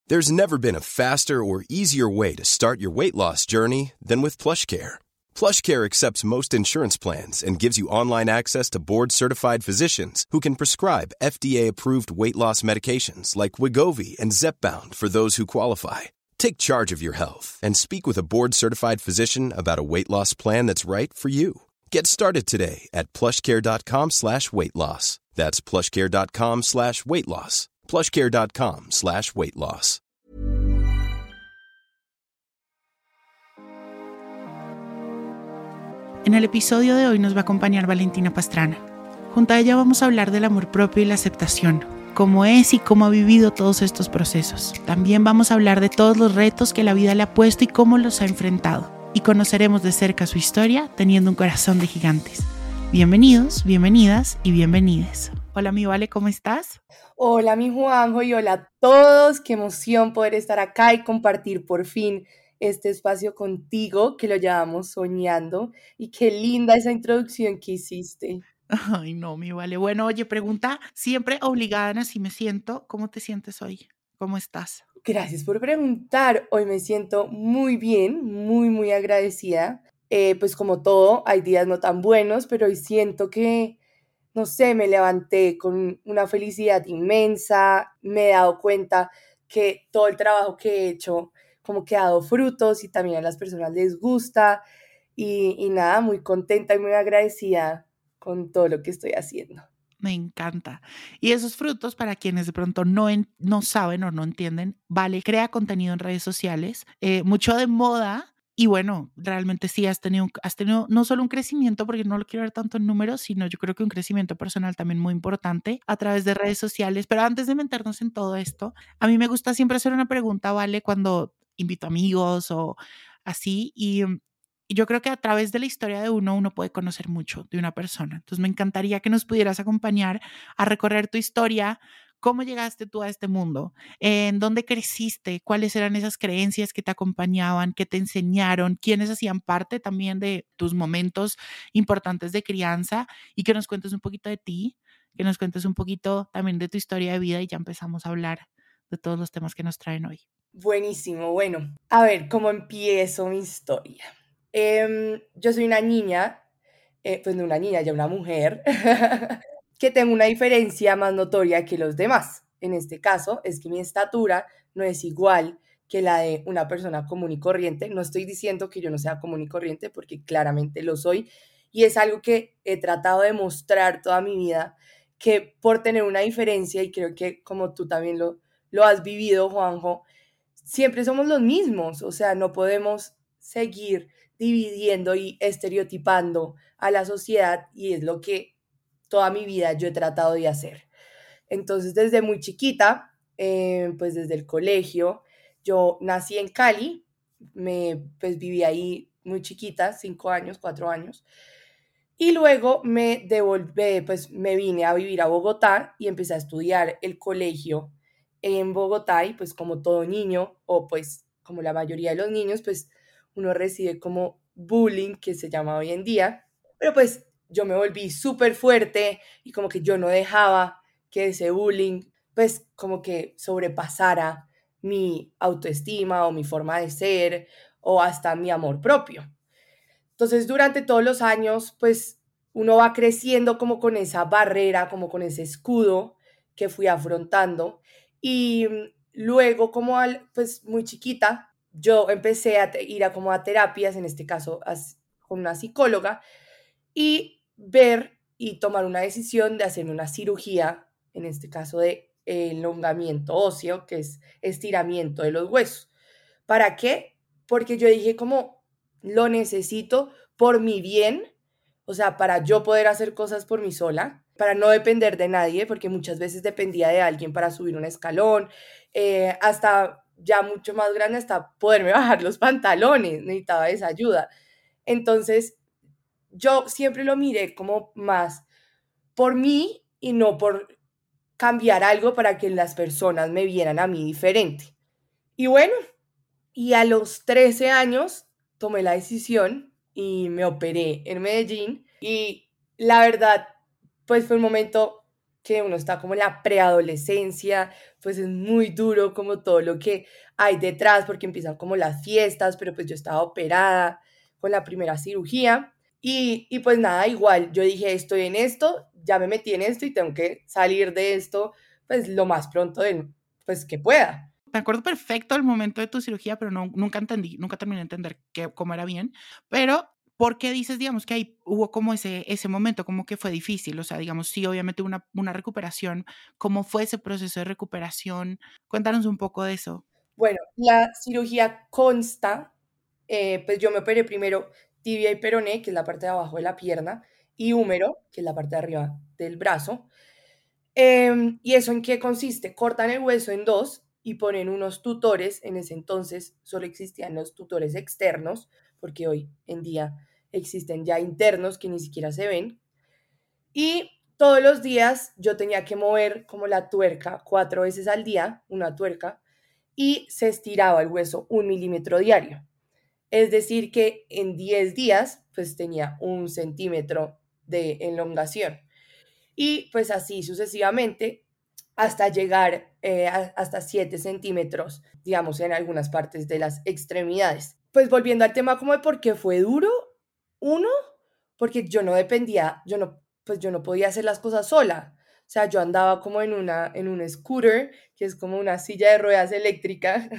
There's never been a faster or easier way to start your weight loss journey than with PlushCare. PlushCare accepts most insurance plans and gives you online access to board-certified physicians who can prescribe FDA-approved weight loss medications like Wegovy and Zepbound for those who qualify. Take charge of your health and speak with a board-certified physician about a weight loss plan that's right for you. Get started today at plushcare.com/weight loss. That's plushcare.com/weight loss. plushcare.com/weight loss. En el episodio de hoy nos va a acompañar Valentina Pastrana. Junto a ella vamos a hablar del amor propio y la aceptación, cómo es y cómo ha vivido todos estos procesos. También vamos a hablar de todos los retos que la vida le ha puesto y cómo los ha enfrentado. Y conoceremos de cerca su historia teniendo un corazón de gigantes. Bienvenidos, bienvenidas y bienvenides. Hola mi Vale, ¿cómo estás? Hola mi Juanjo y hola a todos. Qué emoción poder estar acá y compartir por fin este espacio contigo que lo llevamos soñando. Y qué linda esa introducción que hiciste. Ay, no, mi Vale. Bueno, oye, pregunta siempre obligada en Así me siento. ¿Cómo te sientes hoy? ¿Cómo estás? Gracias por preguntar. Hoy me siento muy bien, muy agradecida. Pues como todo, hay días no tan buenos, pero hoy siento que, no sé, me levanté con una felicidad inmensa. Me he dado cuenta que todo el trabajo que he hecho como que ha dado frutos y también a las personas les gusta. Y nada, muy contenta y muy agradecida con todo lo que estoy haciendo. Me encanta. Y esos frutos, para quienes de pronto no saben o no entienden, Vale crea contenido en redes sociales, mucho de moda. Y bueno, realmente sí has tenido no solo un crecimiento, porque no lo quiero ver tanto en números, sino yo creo que un crecimiento personal también muy importante a través de redes sociales. Pero antes de meternos en todo esto, a mí me gusta siempre hacer una pregunta, Vale, cuando invito amigos o así. Y yo creo que a través de la historia de uno puede conocer mucho de una persona. Entonces me encantaría que nos pudieras acompañar a recorrer tu historia. ¿Cómo llegaste tú a este mundo? ¿En dónde creciste? ¿Cuáles eran esas creencias que te acompañaban, que te enseñaron? ¿Quiénes hacían parte también de tus momentos importantes de crianza? Y que nos cuentes un poquito de ti, que nos cuentes un poquito también de tu historia de vida y ya empezamos a hablar de todos los temas que nos traen hoy. Buenísimo, bueno, a ver, ¿cómo empiezo mi historia? Yo soy una niña, pues no una niña, ya una mujer, que tengo una diferencia más notoria que los demás. En este caso, es que mi estatura no es igual que la de una persona común y corriente. No estoy diciendo que yo no sea común y corriente, porque claramente lo soy, y es algo que he tratado de mostrar toda mi vida, que por tener una diferencia, y creo que como tú también lo has vivido, Juanjo, siempre somos los mismos, o sea, no podemos seguir dividiendo y estereotipando a la sociedad y es lo que toda mi vida yo he tratado de hacer. Entonces, desde muy chiquita, pues desde el colegio, yo nací en Cali, pues viví ahí muy chiquita, 5 años, 4 años, y luego pues me vine a vivir a Bogotá y empecé a estudiar el colegio en Bogotá y pues como todo niño, o pues como la mayoría de los niños, pues uno recibe como bullying, que se llama hoy en día, pero pues yo me volví súper fuerte y como que yo no dejaba que ese bullying pues como que sobrepasara mi autoestima o mi forma de ser o hasta mi amor propio. Entonces, durante todos los años, pues uno va creciendo como con esa barrera, como con ese escudo que fui afrontando. Y luego, pues muy chiquita, yo empecé a ir a como a terapias, en este caso con una psicóloga, y ver y tomar una decisión de hacer una cirugía, en este caso de elongamiento óseo, que es estiramiento de los huesos. ¿Para qué? Porque yo dije como lo necesito por mi bien, o sea, para yo poder hacer cosas por mí sola, para no depender de nadie, porque muchas veces dependía de alguien para subir un escalón, hasta ya mucho más grande, hasta poderme bajar los pantalones, necesitaba esa ayuda. Entonces, yo siempre lo miré como más por mí y no por cambiar algo para que las personas me vieran a mí diferente. Y bueno, y a los 13 años tomé la decisión y me operé en Medellín y la verdad, pues fue un momento que uno está como en la preadolescencia, pues es muy duro como todo lo que hay detrás, porque empiezan como las fiestas, pero pues yo estaba operada con la primera cirugía y pues nada, igual yo dije, estoy en esto, ya me metí en esto y tengo que salir de esto pues lo más pronto pues que pueda. Me acuerdo perfecto el momento de tu cirugía, pero nunca entendí, nunca terminé de entender cómo era bien. Pero, ¿por qué dices, digamos, que ahí hubo como ese momento, como que fue difícil? O sea, digamos, sí, obviamente una recuperación. ¿Cómo fue ese proceso de recuperación? Cuéntanos un poco de eso. Bueno, la cirugía consta, pues yo me operé primero tibia y peroné, que es la parte de abajo de la pierna, y húmero, que es la parte de arriba del brazo. ¿Y eso en qué consiste? Cortan el hueso en dos y ponen unos tutores. En ese entonces solo existían los tutores externos, porque hoy en día existen ya internos que ni siquiera se ven. Y todos los días yo tenía que mover como la tuerca 4 veces al día, una tuerca, y se estiraba el hueso 1 milímetro diario. Es decir, que en 10 días pues tenía 1 centímetro de elongación. Y pues así sucesivamente hasta llegar hasta 7 centímetros, digamos, en algunas partes de las extremidades. Pues volviendo al tema como de por qué fue duro, uno, porque yo no dependía, pues yo no podía hacer las cosas sola. O sea, yo andaba como en un scooter, que es como una silla de ruedas eléctrica,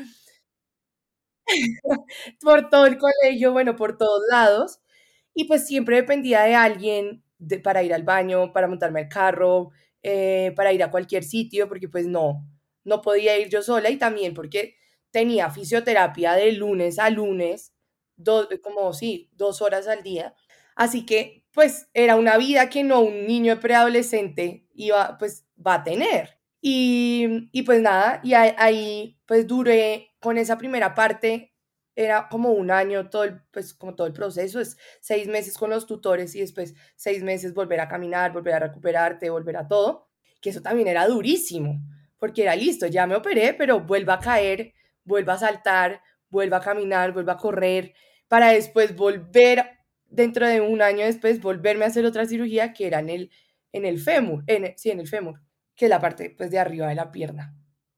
por todo el colegio, bueno, por todos lados. Y pues siempre dependía de alguien para ir al baño, para montarme al carro, para ir a cualquier sitio, porque pues no podía ir yo sola y también porque tenía fisioterapia de lunes a lunes, como sí, 2 horas al día. Así que pues era una vida que no un niño preadolescente pues va a tener. Y pues nada, y ahí pues duré con esa primera parte, era como un año todo pues como todo el proceso, es 6 meses con los tutores y después 6 meses volver a caminar, volver a recuperarte, volver a todo, que eso también era durísimo, porque era listo, ya me operé, pero vuelva a caer, vuelva a saltar, vuelva a caminar, vuelva a correr, para después volver, dentro de un año después, volverme a hacer otra cirugía que era en el fémur, sí, en el fémur, que es la parte pues de arriba de la pierna.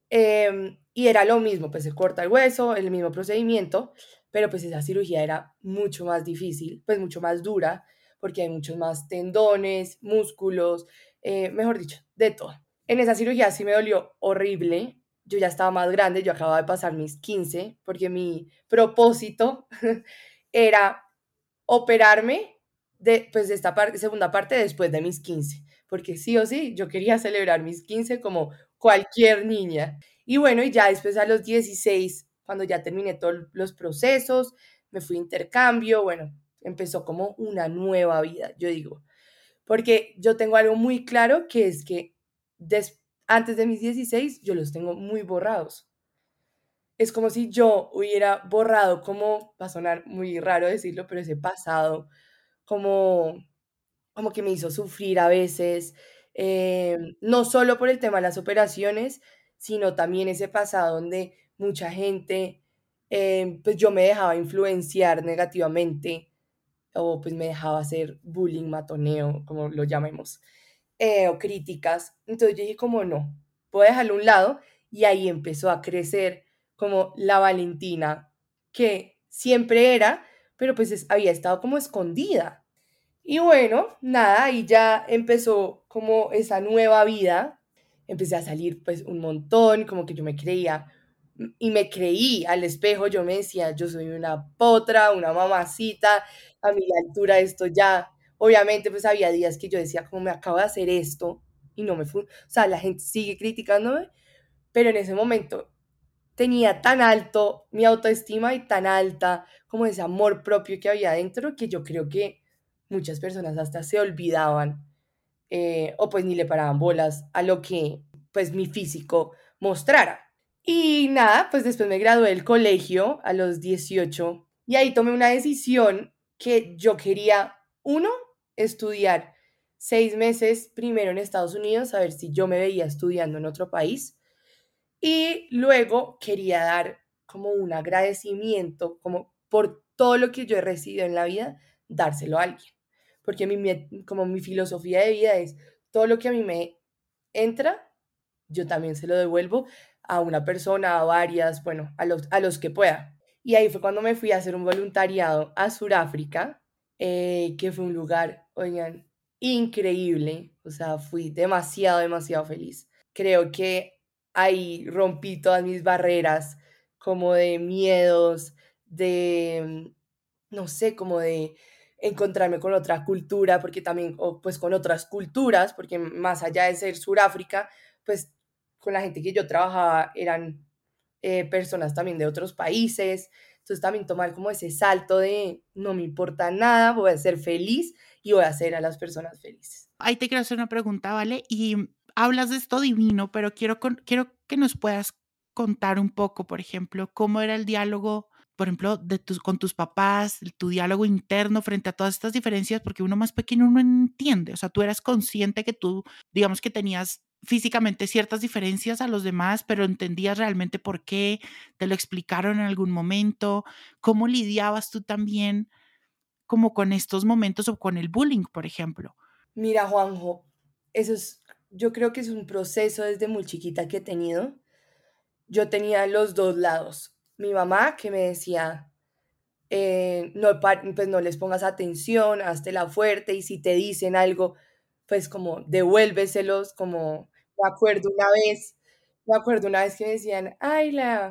Y era lo mismo, pues se corta el hueso, el mismo procedimiento, pero pues esa cirugía era mucho más difícil, pues mucho más dura, porque hay muchos más tendones, músculos, mejor dicho, de todo. En esa cirugía sí me dolió horrible, yo ya estaba más grande, yo acababa de pasar mis 15, porque mi propósito era operarme pues de esta segunda parte después de mis 15, porque sí o sí, yo quería celebrar mis 15 como cualquier niña. Y bueno, y ya después a los 16, cuando ya terminé todos los procesos, me fui a intercambio, bueno, empezó como una nueva vida, yo digo, porque yo tengo algo muy claro que es que antes de mis 16 yo los tengo muy borrados. Es como si yo hubiera borrado, como va a sonar muy raro decirlo, pero ese pasado como, como que me hizo sufrir a veces, no solo por el tema de las operaciones, sino también ese pasado donde mucha gente, pues yo me dejaba influenciar negativamente o pues me dejaba hacer bullying, matoneo, como lo llamemos, o críticas. Entonces yo dije como no, voy a dejarlo a un lado y ahí empezó a crecer como la Valentina que siempre era, pero pues había estado como escondida. Y bueno, nada, y ya empezó como esa nueva vida. Empecé a salir pues un montón, como que yo me creía y me creí al espejo, yo me decía, yo soy una potra, una mamacita, a mi altura esto ya, obviamente pues había días que yo decía, como me acabo de hacer esto y no me fue, o sea, la gente sigue criticándome, pero en ese momento tenía tan alto mi autoestima y tan alta como ese amor propio que había dentro que yo creo que muchas personas hasta se olvidaban o pues ni le paraban bolas a lo que pues mi físico mostrara. Y nada, pues después me gradué del colegio a los 18 y ahí tomé una decisión que yo quería, uno, estudiar 6 meses primero en Estados Unidos, a ver si yo me veía estudiando en otro país y luego quería dar como un agradecimiento, como por todo lo que yo he recibido en la vida, dárselo a alguien. Porque como mi filosofía de vida es todo lo que a mí entra, yo también se lo devuelvo a una persona, a varias, bueno, a los que pueda. Y ahí fue cuando me fui a hacer un voluntariado a Sudáfrica, que fue un lugar, oigan, increíble. O sea, fui demasiado, demasiado feliz. Creo que ahí rompí todas mis barreras, como de miedos, de, no sé, como de encontrarme con otra cultura, porque también, o pues con otras culturas, porque más allá de ser Sudáfrica, pues con la gente que yo trabajaba eran personas también de otros países. Entonces también tomar como ese salto de no me importa nada, voy a ser feliz y voy a hacer a las personas felices. Ahí te quiero hacer una pregunta, ¿vale? Y hablas de esto divino, pero quiero que nos puedas contar un poco, por ejemplo, cómo era el diálogo, por ejemplo, con tus papás, tu diálogo interno frente a todas estas diferencias, porque uno más pequeño no entiende. O sea, tú eras consciente que tú, digamos que tenías físicamente ciertas diferencias a los demás, pero entendías realmente por qué, te lo explicaron en algún momento, cómo lidiabas tú también como con estos momentos o con el bullying, por ejemplo. Mira, Juanjo, yo creo que es un proceso desde muy chiquita que he tenido. Yo tenía los dos lados. Mi mamá que me decía, no, pues no les pongas atención, hazte la fuerte y si te dicen algo, pues como devuélveselos, como me acuerdo una vez que me decían, ay,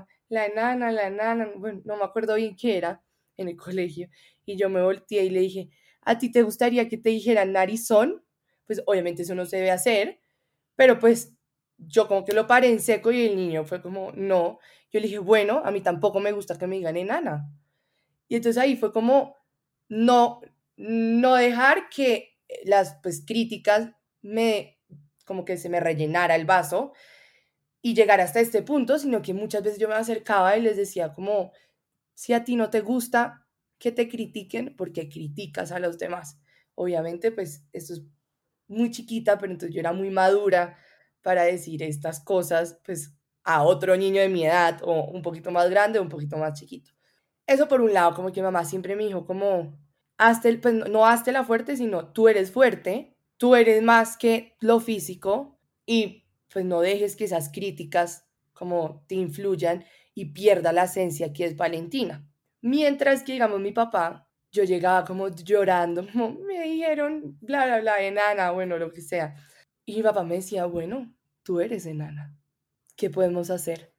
la nana, bueno, no me acuerdo bien qué era en el colegio, y yo me volteé y le dije, ¿a ti te gustaría que te dijeran narizón? Pues obviamente eso no se debe hacer, pero pues yo como que lo paré en seco y el niño fue como, no. Yo le dije, bueno, a mí tampoco me gusta que me digan enana. Y entonces ahí fue como no, no dejar que las pues, críticas como que se me rellenara el vaso y llegar hasta este punto, sino que muchas veces yo me acercaba y les decía como, si a ti no te gusta que te critiquen, porque criticas a los demás. Obviamente, pues esto es muy chiquita, pero entonces yo era muy madura para decir estas cosas, pues a otro niño de mi edad, o un poquito más grande o un poquito más chiquito. Eso por un lado, como que mamá siempre me dijo como, pues no hazte la fuerte, sino tú eres fuerte, tú eres más que lo físico y pues no dejes que esas críticas como te influyan y pierda la esencia que es Valentina. Mientras que, digamos, mi papá, yo llegaba como llorando, como me dijeron, bla, bla, bla, enana, bueno, lo que sea. Y mi papá me decía, bueno, tú eres enana, ¿qué podemos hacer?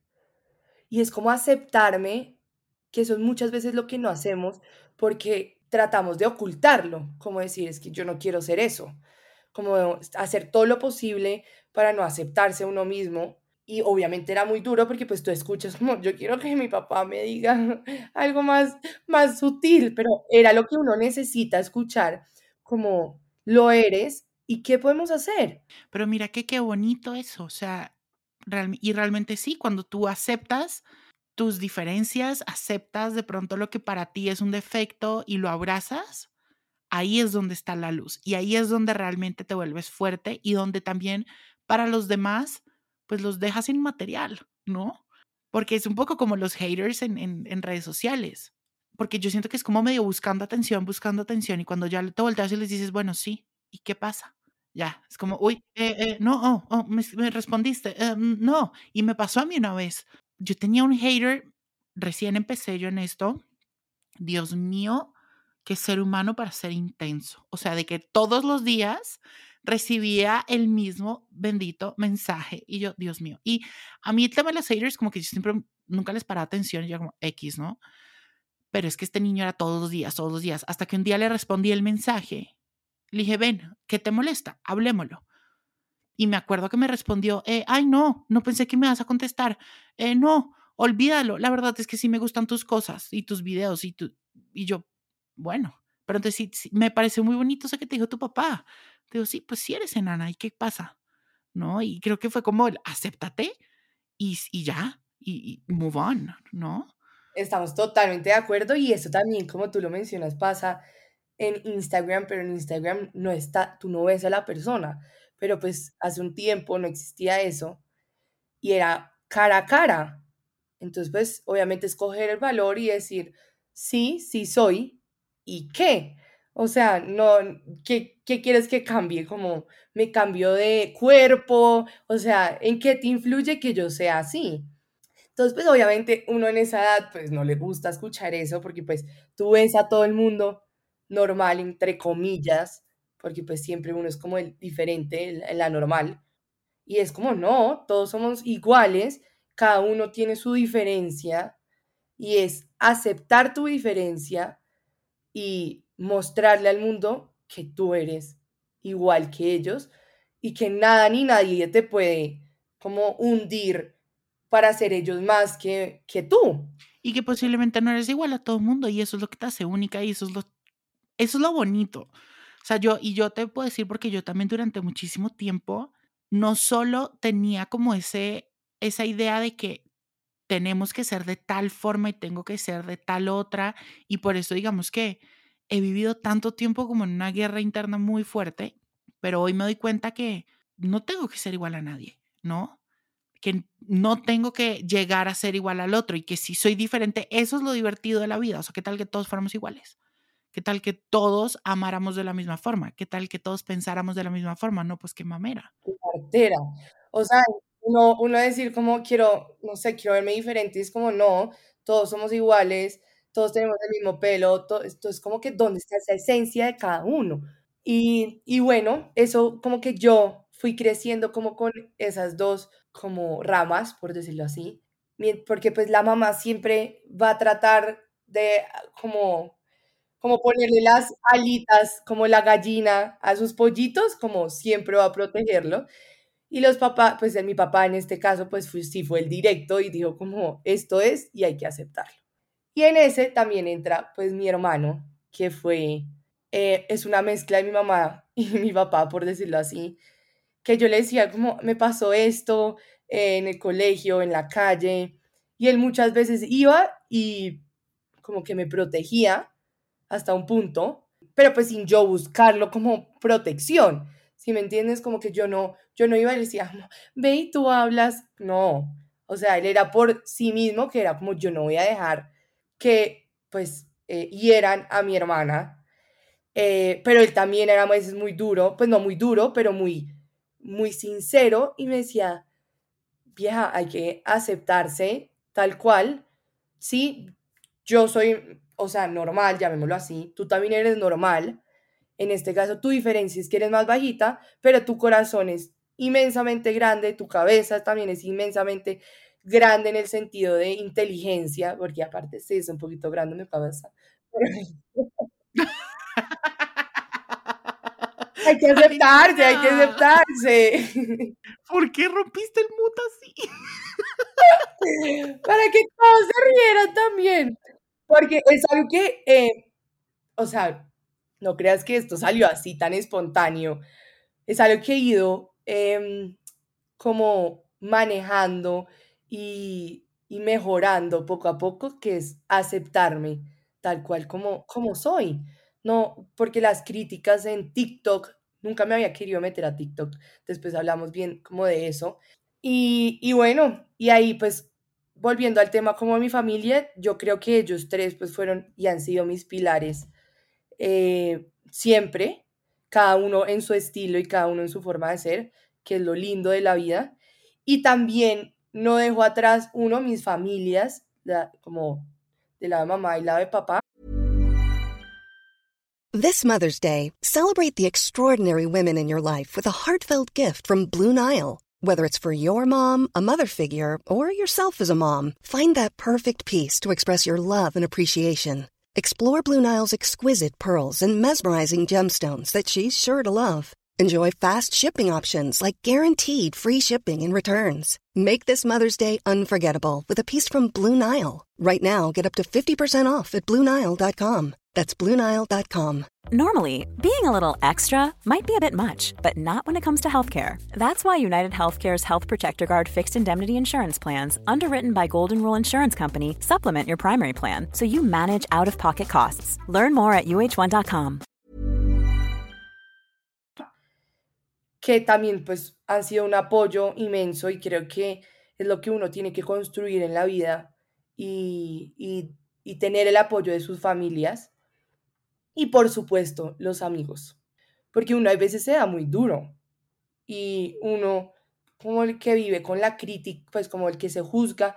Y es como aceptarme, que eso es muchas veces lo que no hacemos, porque tratamos de ocultarlo, como decir, es que yo no quiero ser eso, como hacer todo lo posible para no aceptarse a uno mismo. Y obviamente era muy duro porque pues tú escuchas como, yo quiero que mi papá me diga algo más sutil, pero era lo que uno necesita escuchar, como lo eres y qué podemos hacer. Pero mira que qué bonito eso, o sea, realmente sí, cuando tú aceptas tus diferencias, aceptas de pronto lo que para ti es un defecto y lo abrazas, ahí es donde está la luz y ahí es donde realmente te vuelves fuerte y donde también para los demás, pues los dejas inmaterial, ¿no? Porque es un poco como los haters en redes sociales, porque yo siento que es como medio buscando atención y cuando ya te volteas y les dices, bueno, sí, ¿y qué pasa? Ya, es como, uy, no, me respondiste, no, y me pasó a mí una vez. Yo tenía un hater, recién empecé yo en esto, Dios mío, qué ser humano para ser intenso. O sea, de que todos los días recibía el mismo bendito mensaje y yo, Dios mío. Y a mí el tema de los haters, como que yo siempre nunca les paraba atención, y yo como X, ¿no? Pero es que este niño era todos los días, hasta que un día le respondí el mensaje. Le dije, ven, ¿qué te molesta? Hablémoslo. Y me acuerdo que me respondió, ay, no, no pensé que me vas a contestar. No, olvídalo. La verdad es que sí me gustan tus cosas y tus videos y yo, bueno, pero entonces sí, sí, me pareció muy bonito eso que te dijo tu papá. Digo, sí, pues sí eres enana, ¿y qué pasa? ¿No? Y creo que fue como el acéptate y ya, y move on, ¿no? Estamos totalmente de acuerdo y eso también, como tú lo mencionas, pasa en Instagram, pero en Instagram no está, tú no ves a la persona, pero pues hace un tiempo no existía eso y era cara a cara. Entonces, pues obviamente escoger el valor y decir, sí, sí soy, ¿y qué? O sea, no, ¿qué quieres que cambie? Como me cambio de cuerpo, o sea, ¿en qué te influye que yo sea así? Entonces, pues obviamente uno en esa edad, pues no le gusta escuchar eso porque pues tú ves a todo el mundo normal, entre comillas, porque pues siempre uno es como el diferente, la normal, y es como no, todos somos iguales, cada uno tiene su diferencia y es aceptar tu diferencia y mostrarle al mundo que tú eres igual que ellos y que nada ni nadie te puede como hundir para ser ellos más que tú. Y que posiblemente no eres igual a todo el mundo y eso es lo que te hace única y eso es lo bonito. O sea, yo te puedo decir porque yo también durante muchísimo tiempo no solo tenía como esa idea de que tenemos que ser de tal forma y tengo que ser de tal otra, y por eso digamos que he vivido tanto tiempo como en una guerra interna muy fuerte, pero hoy me doy cuenta que no tengo que ser igual a nadie, ¿no? Que no tengo que llegar a ser igual al otro y que si soy diferente, eso es lo divertido de la vida. O sea, ¿qué tal que todos fuéramos iguales? ¿Qué tal que todos amáramos de la misma forma? ¿Qué tal que todos pensáramos de la misma forma? No, pues qué mamera. Cartera. O sea, uno decir como quiero, no sé, quiero verme diferente, y es como no, todos somos iguales, todos tenemos el mismo pelo, esto es como que dónde está esa esencia de cada uno. Y bueno, eso como que yo fui creciendo como con esas 2 como ramas, por decirlo así, porque, pues, la mamá siempre va a tratar de como ponerle las alitas, como la gallina a sus pollitos, como siempre va a protegerlo. Y los papás, pues, mi papá en este caso, pues, sí fue el directo y dijo como: "Esto es y hay que aceptarlo". Y en ese también entra, pues, mi hermano, que es una mezcla de mi mamá y mi papá, por decirlo así, que yo le decía como: "Me pasó esto, en el colegio, en la calle", y él muchas veces iba y como que me protegía hasta un punto, pero, pues, sin yo buscarlo como protección, ¿sí me entiendes? Como que yo no iba y le decía como: "Ve y tú hablas", no, o sea, él era por sí mismo, que era como yo no voy a dejar que, pues, hieran a mi hermana, pero él también era a veces muy duro, pues no muy duro, pero muy sincero, y me decía: "Vieja, hay que aceptarse tal cual, sí, yo soy, o sea, normal, llamémoslo así, tú también eres normal, en este caso tu diferencia es que eres más bajita, pero tu corazón es inmensamente grande, tu cabeza también es inmensamente grande en el sentido de inteligencia, porque aparte sí es un poquito grande mi cabeza. Hay que Ay, aceptarse, hay que niña, aceptarse. ¿por qué rompiste el mood así? Para que todos se rieran también, porque es algo que, o sea, no creas que esto salió así tan espontáneo, es algo que he ido, como manejando y mejorando poco a poco, que es aceptarme tal cual como soy. No, porque las críticas en TikTok, nunca me había querido meter a TikTok, después hablamos bien como de eso. Y bueno, y ahí, pues, volviendo al tema como de mi familia, yo creo que ellos 3 pues, fueron y han sido mis pilares, siempre, cada uno en su estilo y cada uno en su forma de ser, que es lo lindo de la vida. Y también no dejo atrás, uno, mis familias, como de la de mamá y la de papá. This Mother's Day, celebrate the extraordinary women in your life with a heartfelt gift from Blue Nile. Whether it's for your mom, a mother figure, or yourself as a mom, find that perfect piece to express your love and appreciation. Explore Blue Nile's exquisite pearls and mesmerizing gemstones that she's sure to love. Enjoy fast shipping options like guaranteed free shipping and returns. Make this Mother's Day unforgettable with a piece from Blue Nile. Right now, get up to 50% off at BlueNile.com. That's BlueNile.com. Normally, being a little extra might be a bit much, but not when it comes to healthcare. That's why United Healthcare's Health Protector Guard fixed indemnity insurance plans, underwritten by Golden Rule Insurance Company, supplement your primary plan so you manage out-of-pocket costs. Learn more at uh1.com. Que también pues han sido un apoyo inmenso y creo que es lo que uno tiene que construir en la vida y tener el apoyo de sus familias. Y por supuesto, los amigos, porque uno a veces se da muy duro y uno, como el que vive con la crítica, pues como el que se juzga,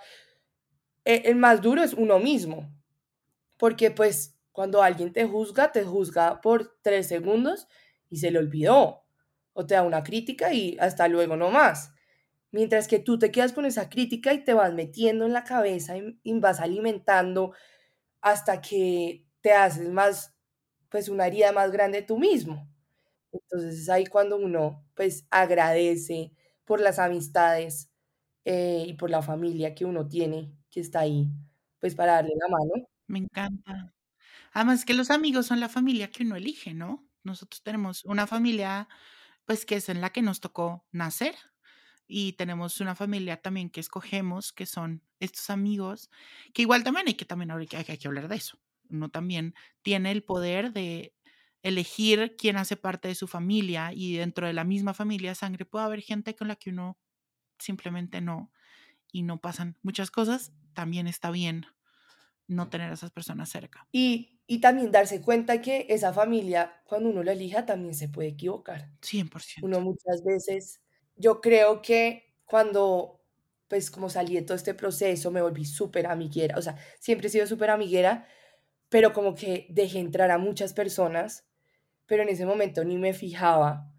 el más duro es uno mismo, porque pues cuando alguien te juzga por 3 segundos y se le olvidó, o te da una crítica y hasta luego no más. Mientras que tú te quedas con esa crítica y te vas metiendo en la cabeza y vas alimentando hasta que te haces más, pues una herida más grande tú mismo. Entonces es ahí cuando uno pues agradece por las amistades y por la familia que uno tiene, que está ahí, pues para darle la mano. Me encanta. Además que los amigos son la familia que uno elige, ¿no? Nosotros tenemos una familia, pues, que es en la que nos tocó nacer, y tenemos una familia también que escogemos, que son estos amigos, que igual también hay que hablar de eso. Uno también tiene el poder de elegir quién hace parte de su familia, y dentro de la misma familia de sangre puede haber gente con la que uno simplemente no, y no pasan muchas cosas. También está bien no tener a esas personas cerca. Y también darse cuenta que esa familia, cuando uno la elija, también se puede equivocar. 100%. Uno muchas veces, yo creo que cuando, pues como salí de todo este proceso, me volví súper amiguera, o sea, siempre he sido súper amiguera, pero como que dejé entrar a muchas personas, pero en ese momento ni me fijaba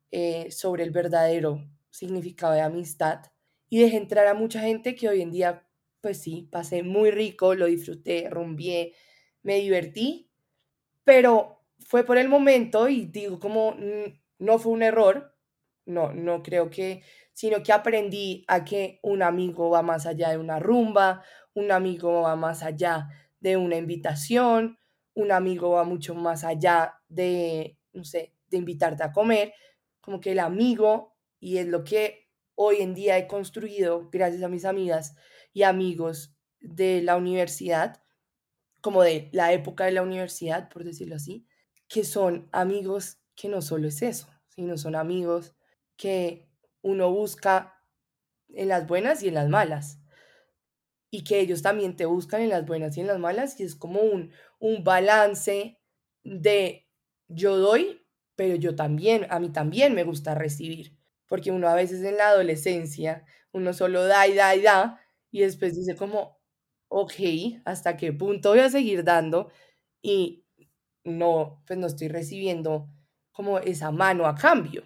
sobre el verdadero significado de amistad y dejé entrar a mucha gente que hoy en día, pues sí, pasé muy rico, lo disfruté, rumbié, me divertí, pero fue por el momento y digo como no fue un error, no creo que, sino que aprendí a que un amigo va más allá de una rumba, un amigo va más allá de una invitación, un amigo va mucho más allá de, no sé, de invitarte a comer, como que el amigo, y es lo que hoy en día he construido gracias a mis amigas y amigos de la universidad, como de la época de la universidad, por decirlo así, que son amigos que no solo es eso, sino son amigos que uno busca en las buenas y en las malas, y que ellos también te buscan en las buenas y en las malas, y es como un balance de yo doy, pero yo también, a mí también me gusta recibir, porque uno a veces en la adolescencia, uno solo da y da y da, y después dice como, ok, ¿hasta qué punto voy a seguir dando? Y no, pues no estoy recibiendo como esa mano a cambio.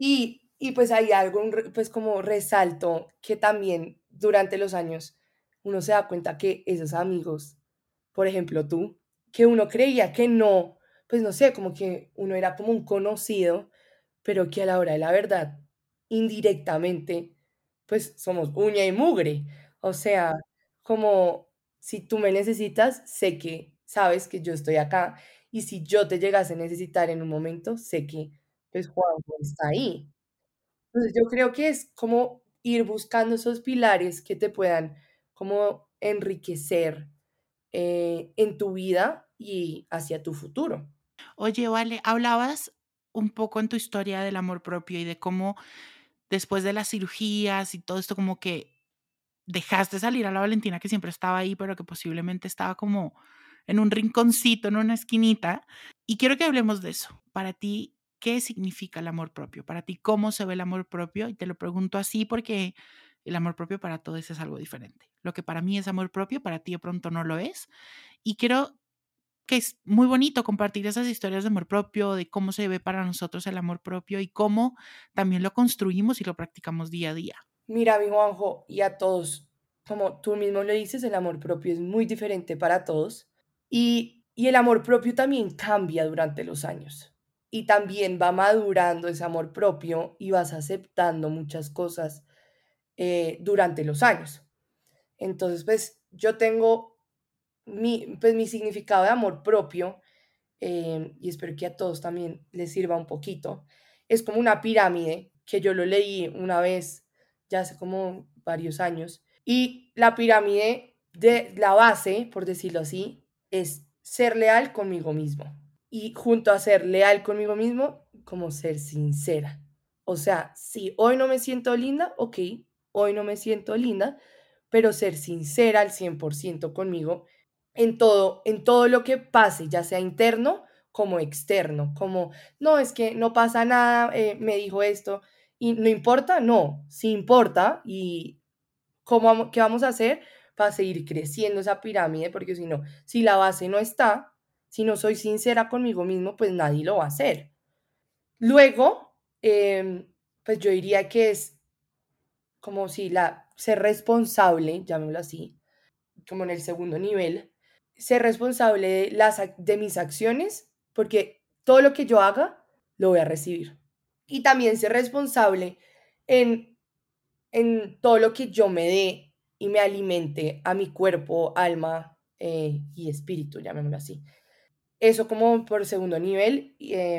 Y pues hay algo, pues como resalto que también durante los años uno se da cuenta que esos amigos, por ejemplo tú, que uno creía que no, pues no sé, como que uno era como un conocido, pero que a la hora de la verdad, indirectamente, pues somos uña y mugre. O sea, como si tú me necesitas, sé que sabes que yo estoy acá, y si yo te llegase a necesitar en un momento, sé que pues Juanjo está ahí. Entonces, yo creo que es como ir buscando esos pilares que te puedan como enriquecer, en tu vida y hacia tu futuro. Oye, vale, hablabas un poco en tu historia del amor propio y de cómo después de las cirugías y todo esto, como que dejaste salir a la Valentina que siempre estaba ahí, pero que posiblemente estaba como en un rinconcito, en una esquinita. Y quiero que hablemos de eso. Para ti, ¿qué significa el amor propio? Para ti, ¿cómo se ve el amor propio? Y te lo pregunto así porque el amor propio para todos es algo diferente. Lo que para mí es amor propio, para ti de pronto no lo es. Y quiero que es muy bonito compartir esas historias de amor propio, de cómo se ve para nosotros el amor propio y cómo también lo construimos y lo practicamos día a día. Mira, mi Juanjo, y a todos, como tú mismo lo dices, el amor propio es muy diferente para todos. Y el amor propio también cambia durante los años. Y también va madurando ese amor propio y vas aceptando muchas cosas durante los años. Entonces, pues yo tengo mi significado de amor propio, y espero que a todos también les sirva un poquito. Es como una pirámide que yo lo leí una vez, ya hace como varios años, y la pirámide de la base, por decirlo así, es ser leal conmigo mismo. Y junto a ser leal conmigo mismo, como ser sincera. O sea, si hoy no me siento linda, ok, hoy no me siento linda, pero ser sincera al 100% conmigo en todo lo que pase, ya sea interno como externo, como, no, es que no pasa nada, me dijo esto, y no importa, no, sí importa, y ¿qué vamos a hacer para seguir creciendo esa pirámide? Porque si no, si la base no está, si no soy sincera conmigo mismo, pues nadie lo va a hacer. Luego, pues yo diría que es como si ser responsable, llamémoslo así, como en el segundo nivel, ser responsable de mis acciones, porque todo lo que yo haga, lo voy a recibir. Y también ser responsable en, en todo lo que yo me dé y me alimente a mi cuerpo, alma y espíritu, llamémoslo así. Eso como por segundo nivel.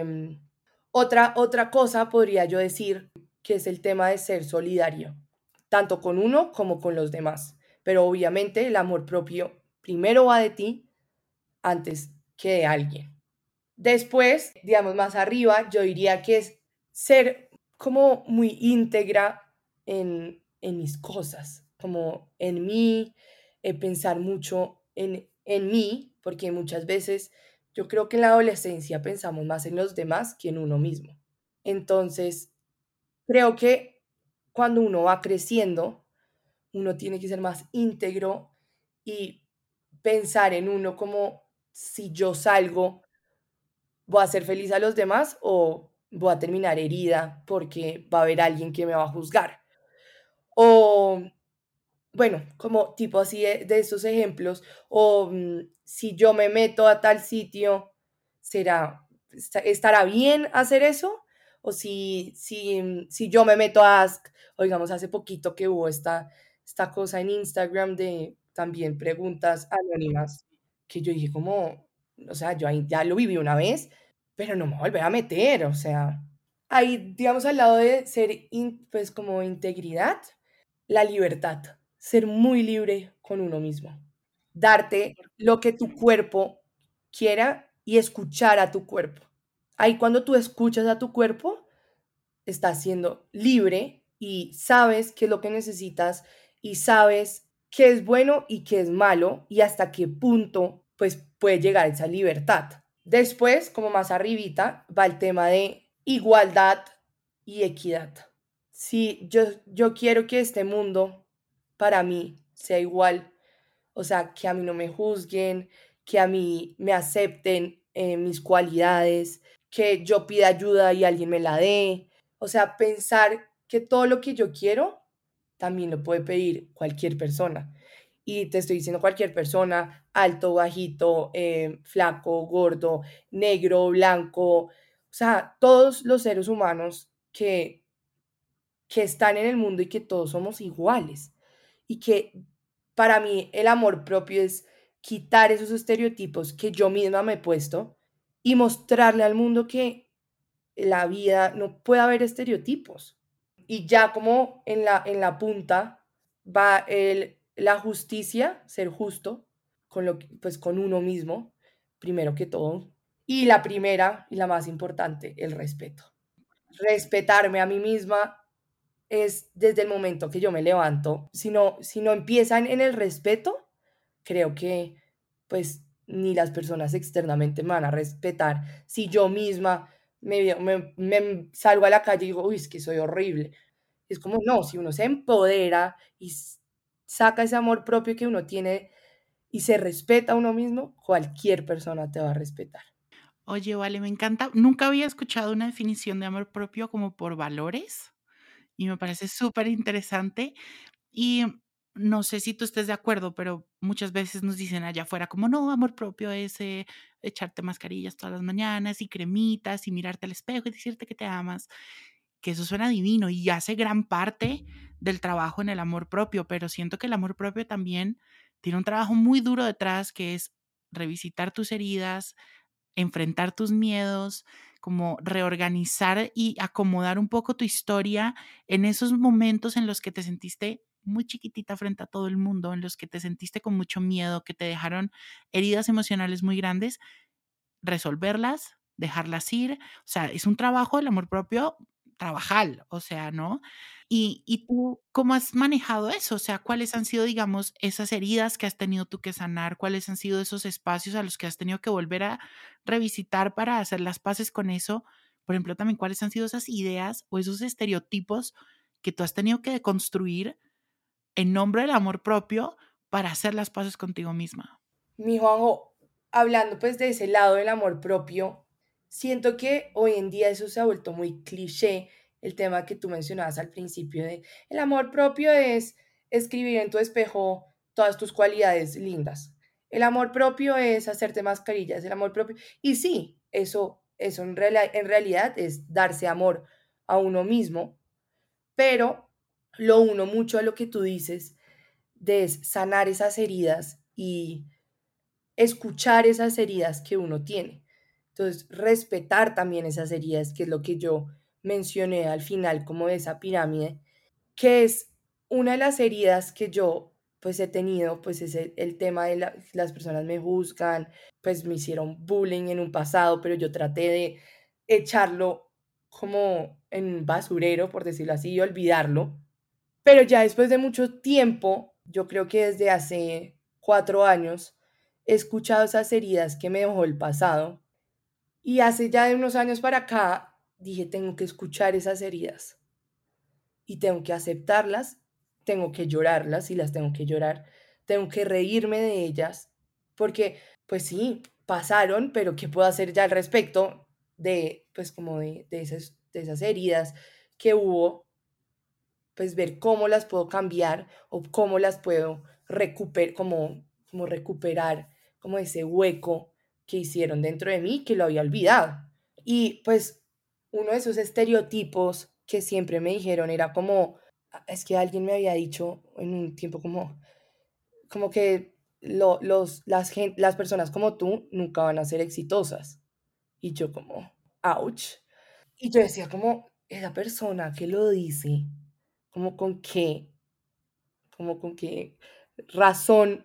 Otra cosa podría yo decir que es el tema de ser solidario, tanto con uno como con los demás. Pero obviamente el amor propio primero va de ti antes que de alguien. Después, digamos más arriba, yo diría que es ser como muy íntegra en mis cosas, como en mí, pensar mucho en mí, porque muchas veces yo creo que en la adolescencia pensamos más en los demás que en uno mismo. Entonces, creo que cuando uno va creciendo, uno tiene que ser más íntegro y pensar en uno como si yo salgo, ¿voy a hacer feliz a los demás o voy a terminar herida porque va a haber alguien que me va a juzgar? O, bueno, como tipo así de esos ejemplos, o si yo me meto a tal sitio, ¿estará bien hacer eso? O si yo me meto a Ask, o digamos hace poquito que hubo esta cosa en Instagram de también preguntas anónimas, que yo dije como, o sea, yo ahí ya lo viví una vez, pero no me voy a volver a meter, o sea, ahí, digamos, al lado de ser, pues como integridad, la libertad, ser muy libre con uno mismo, darte lo que tu cuerpo quiera y escuchar a tu cuerpo. Ahí cuando tú escuchas a tu cuerpo, estás siendo libre y sabes qué es lo que necesitas y sabes qué es bueno y qué es malo y hasta qué punto pues puede llegar esa libertad. Después, como más arribita, va el tema de igualdad y equidad. Si yo quiero que este mundo para mí sea igual, o sea, que a mí no me juzguen, que a mí me acepten mis cualidades, que yo pida ayuda y alguien me la dé. O sea, pensar que todo lo que yo quiero también lo puede pedir cualquier persona. Y te estoy diciendo cualquier persona, alto, bajito, flaco, gordo, negro, blanco, o sea, todos los seres humanos que están en el mundo y que todos somos iguales. Y que para mí el amor propio es quitar esos estereotipos que yo misma me he puesto y mostrarle al mundo que la vida no puede haber estereotipos. Y ya como en la punta va la justicia, ser justo pues con uno mismo, primero que todo. Y la primera y la más importante, el respeto. Respetarme a mí misma es desde el momento que yo me levanto. Si no empiezan en el respeto, creo que pues ni las personas externamente me van a respetar. Si yo misma me salgo a la calle y digo, uy, es que soy horrible. Es como, no, si uno se empodera y saca ese amor propio que uno tiene y se respeta a uno mismo, cualquier persona te va a respetar. Oye, vale, me encanta. Nunca había escuchado una definición de amor propio como por valores y me parece súper interesante. Y no sé si tú estés de acuerdo, pero muchas veces nos dicen allá afuera como no, amor propio es echarte mascarillas todas las mañanas y cremitas y mirarte al espejo y decirte que te amas, que eso suena divino y hace gran parte del trabajo en el amor propio, pero siento que el amor propio también tiene un trabajo muy duro detrás que es revisitar tus heridas, enfrentar tus miedos, como reorganizar y acomodar un poco tu historia en esos momentos en los que te sentiste muy chiquitita frente a todo el mundo, en los que te sentiste con mucho miedo, que te dejaron heridas emocionales muy grandes, resolverlas, dejarlas ir. O sea, es un trabajo del amor propio trabajar, o sea, ¿no? Y tú, ¿cómo has manejado eso? O sea, ¿cuáles han sido, digamos, esas heridas que has tenido tú que sanar? ¿Cuáles han sido esos espacios a los que has tenido que volver a revisitar para hacer las paces con eso? Por ejemplo, también, ¿cuáles han sido esas ideas o esos estereotipos que tú has tenido que deconstruir en nombre del amor propio para hacer las paces contigo misma? Mi Juanjo, hablando pues de ese lado del amor propio, siento que hoy en día eso se ha vuelto muy cliché, el tema que tú mencionabas al principio de el amor propio es escribir en tu espejo todas tus cualidades lindas. El amor propio es hacerte mascarillas, el amor propio. Y sí, eso en realidad es darse amor a uno mismo, pero lo uno mucho a lo que tú dices de sanar esas heridas y escuchar esas heridas que uno tiene. Entonces, respetar también esas heridas, que es lo que yo mencioné al final como de esa pirámide, que es una de las heridas que yo pues he tenido, pues es el tema de las personas me juzgan, pues me hicieron bullying en un pasado, pero yo traté de echarlo como en un basurero, por decirlo así, y olvidarlo. Pero ya después de mucho tiempo, yo creo que desde hace 4 años, he escuchado esas heridas que me dejó el pasado. Y hace ya de unos años para acá, dije, tengo que escuchar esas heridas y tengo que aceptarlas, tengo que llorarlas y las tengo que llorar, tengo que reírme de ellas, porque pues sí, pasaron, pero ¿qué puedo hacer ya al respecto de, pues como de esas heridas que hubo? Pues ver cómo las puedo cambiar o cómo las puedo recuperar, como recuperar como ese hueco que hicieron dentro de mí que lo había olvidado. Y pues uno de esos estereotipos que siempre me dijeron era como, es que alguien me había dicho en un tiempo como que las personas como tú nunca van a ser exitosas. Y yo como, ouch. Y yo decía como, esa persona que lo dice, como con qué, como con qué razón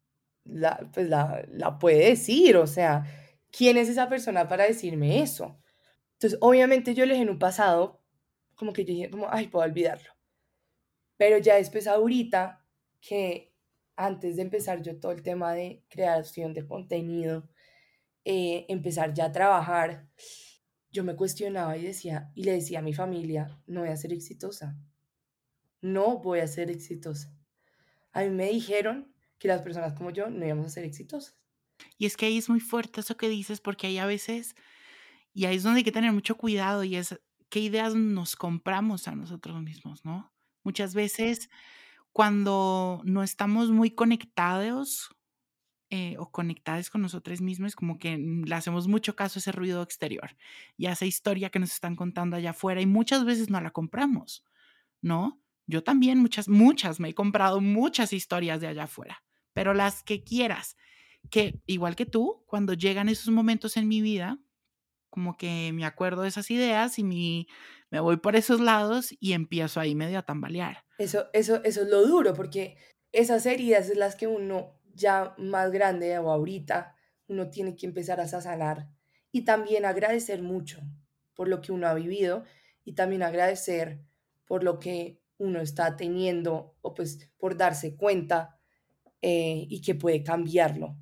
la puede decir, o sea, ¿quién es esa persona para decirme eso? Entonces, obviamente yo le dije en un pasado, como que yo dije, como, ay, puedo olvidarlo. Pero ya después ahorita, que antes de empezar yo todo el tema de creación de contenido, empezar ya a trabajar, yo me cuestionaba y decía, y le decía a mi familia, no voy a ser exitosa, no voy a ser exitosa. A mí me dijeron que las personas como yo no íbamos a ser exitosas. Y es que ahí es muy fuerte eso que dices, porque hay a veces, y ahí es donde hay que tener mucho cuidado, y es qué ideas nos compramos a nosotros mismos, ¿no? Muchas veces cuando no estamos muy conectados o conectadas con nosotros mismos, como que le hacemos mucho caso a ese ruido exterior y a esa historia que nos están contando allá afuera y muchas veces no la compramos, ¿no? Yo también muchas me he comprado muchas historias de allá afuera, pero las que quieras, que igual que tú, cuando llegan esos momentos en mi vida, como que me acuerdo de esas ideas y me voy por esos lados y empiezo ahí medio a tambalear. Eso es lo duro, porque esas heridas es las que uno ya más grande o ahorita, uno tiene que empezar a sanar y también agradecer mucho por lo que uno ha vivido y también agradecer por lo que uno está teniendo o pues por darse cuenta y que puede cambiarlo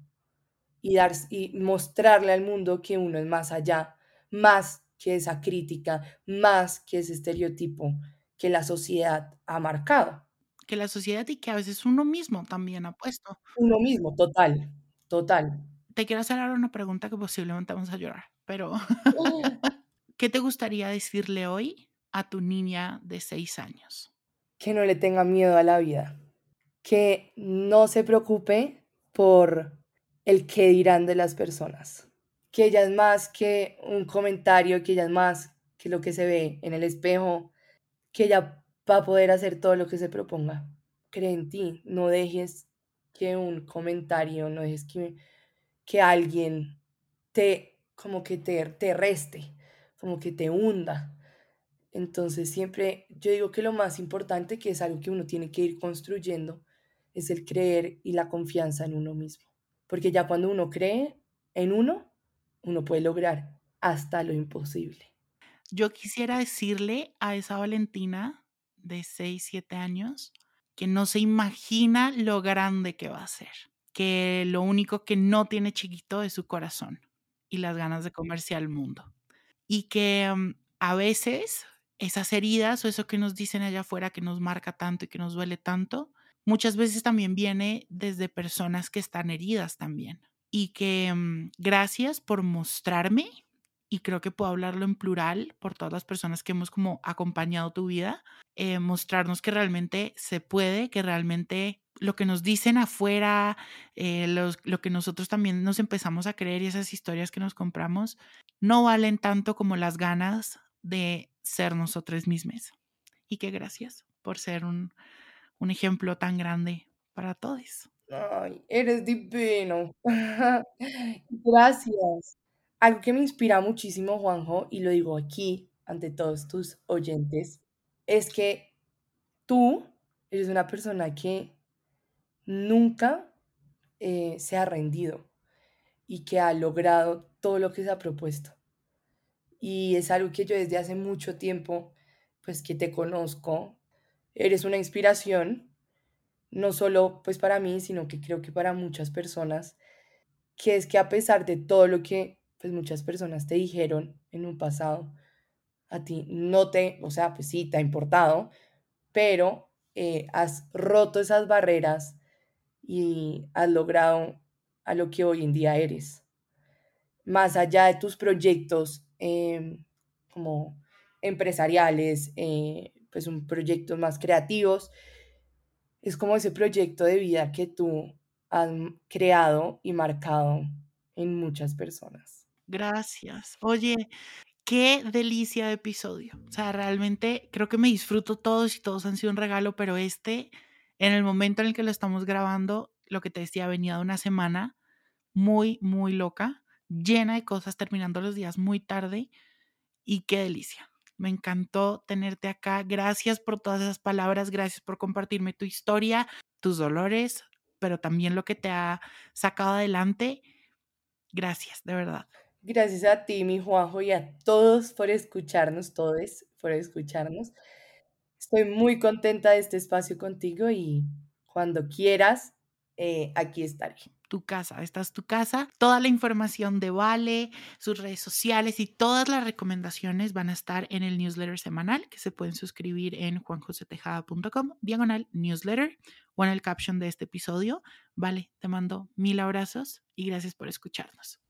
y mostrarle al mundo que uno es más allá, más que esa crítica, más que ese estereotipo que la sociedad ha marcado. Que la sociedad y que a veces uno mismo también ha puesto. Uno mismo, total, total. Te quiero hacer ahora una pregunta que posiblemente vamos a llorar, pero ¿qué te gustaría decirle hoy a tu niña de 6 años? Que no le tenga miedo a la vida, que no se preocupe por el qué dirán de las personas, que ella es más que un comentario, que ella es más que lo que se ve en el espejo, que ella va a poder hacer todo lo que se proponga. Cree en ti, no dejes que un comentario, no dejes que alguien como que te reste, como que te hunda. Entonces siempre yo digo que lo más importante, que es algo que uno tiene que ir construyendo, es el creer y la confianza en uno mismo. Porque ya cuando uno cree en uno puede lograr hasta lo imposible. Yo quisiera decirle a esa Valentina de 6, 7 años que no se imagina lo grande que va a ser, que lo único que no tiene chiquito es su corazón y las ganas de comerse al mundo. Y que a veces esas heridas o eso que nos dicen allá afuera que nos marca tanto y que nos duele tanto, muchas veces también viene desde personas que están heridas también. Y que gracias por mostrarme, y creo que puedo hablarlo en plural por todas las personas que hemos como acompañado tu vida, mostrarnos que realmente se puede, que realmente lo que nos dicen afuera, lo que nosotros también nos empezamos a creer y esas historias que nos compramos, no valen tanto como las ganas de ser nosotros mismos. Y que gracias por ser un ejemplo tan grande para todos. Ay, eres divino. Gracias. Algo que me inspira muchísimo, Juanjo, y lo digo aquí ante todos tus oyentes, es que tú eres una persona que nunca se ha rendido y que ha logrado todo lo que se ha propuesto. Y es algo que yo desde hace mucho tiempo, pues que te conozco, eres una inspiración, no solo pues para mí, sino que creo que para muchas personas, que es que a pesar de todo lo que pues muchas personas te dijeron en un pasado, a ti no te, o sea, pues sí, te ha importado, pero has roto esas barreras y has logrado a lo que hoy en día eres. Más allá de tus proyectos como empresariales, pues un proyectos más creativos, es como ese proyecto de vida que tú has creado y marcado en muchas personas. Gracias. Oye, qué delicia de episodio. O sea, realmente creo que me disfruto todos y todos han sido un regalo, pero en el momento en el que lo estamos grabando, lo que te decía, venía de una semana muy, muy loca, llena de cosas, terminando los días muy tarde y qué delicia. Me encantó tenerte acá. Gracias por todas esas palabras, gracias por compartirme tu historia, tus dolores, pero también lo que te ha sacado adelante. Gracias, de verdad. Gracias a ti, mi Juanjo, y a todos por escucharnos, todos por escucharnos. Estoy muy contenta de este espacio contigo y cuando quieras, aquí estaré. Tu casa, esta es tu casa. Toda la información de Vale, sus redes sociales y todas las recomendaciones van a estar en el newsletter semanal que se pueden suscribir en juanjosetejada.com/newsletter o en el caption de este episodio. Vale, te mando 1000 abrazos y gracias por escucharnos.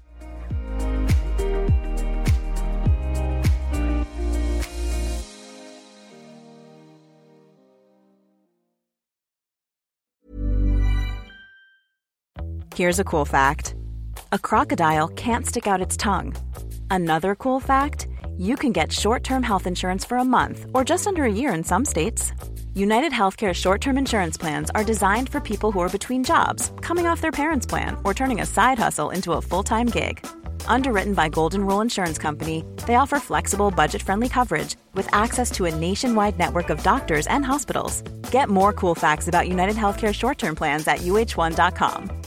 Here's a cool fact. A crocodile can't stick out its tongue. Another cool fact, you can get short-term health insurance for a month or just under a year in some states. United Healthcare short-term insurance plans are designed for people who are between jobs, coming off their parents' plan, or turning a side hustle into a full-time gig. Underwritten by Golden Rule Insurance Company, they offer flexible, budget-friendly coverage with access to a nationwide network of doctors and hospitals. Get more cool facts about United Healthcare short-term plans at uh1.com.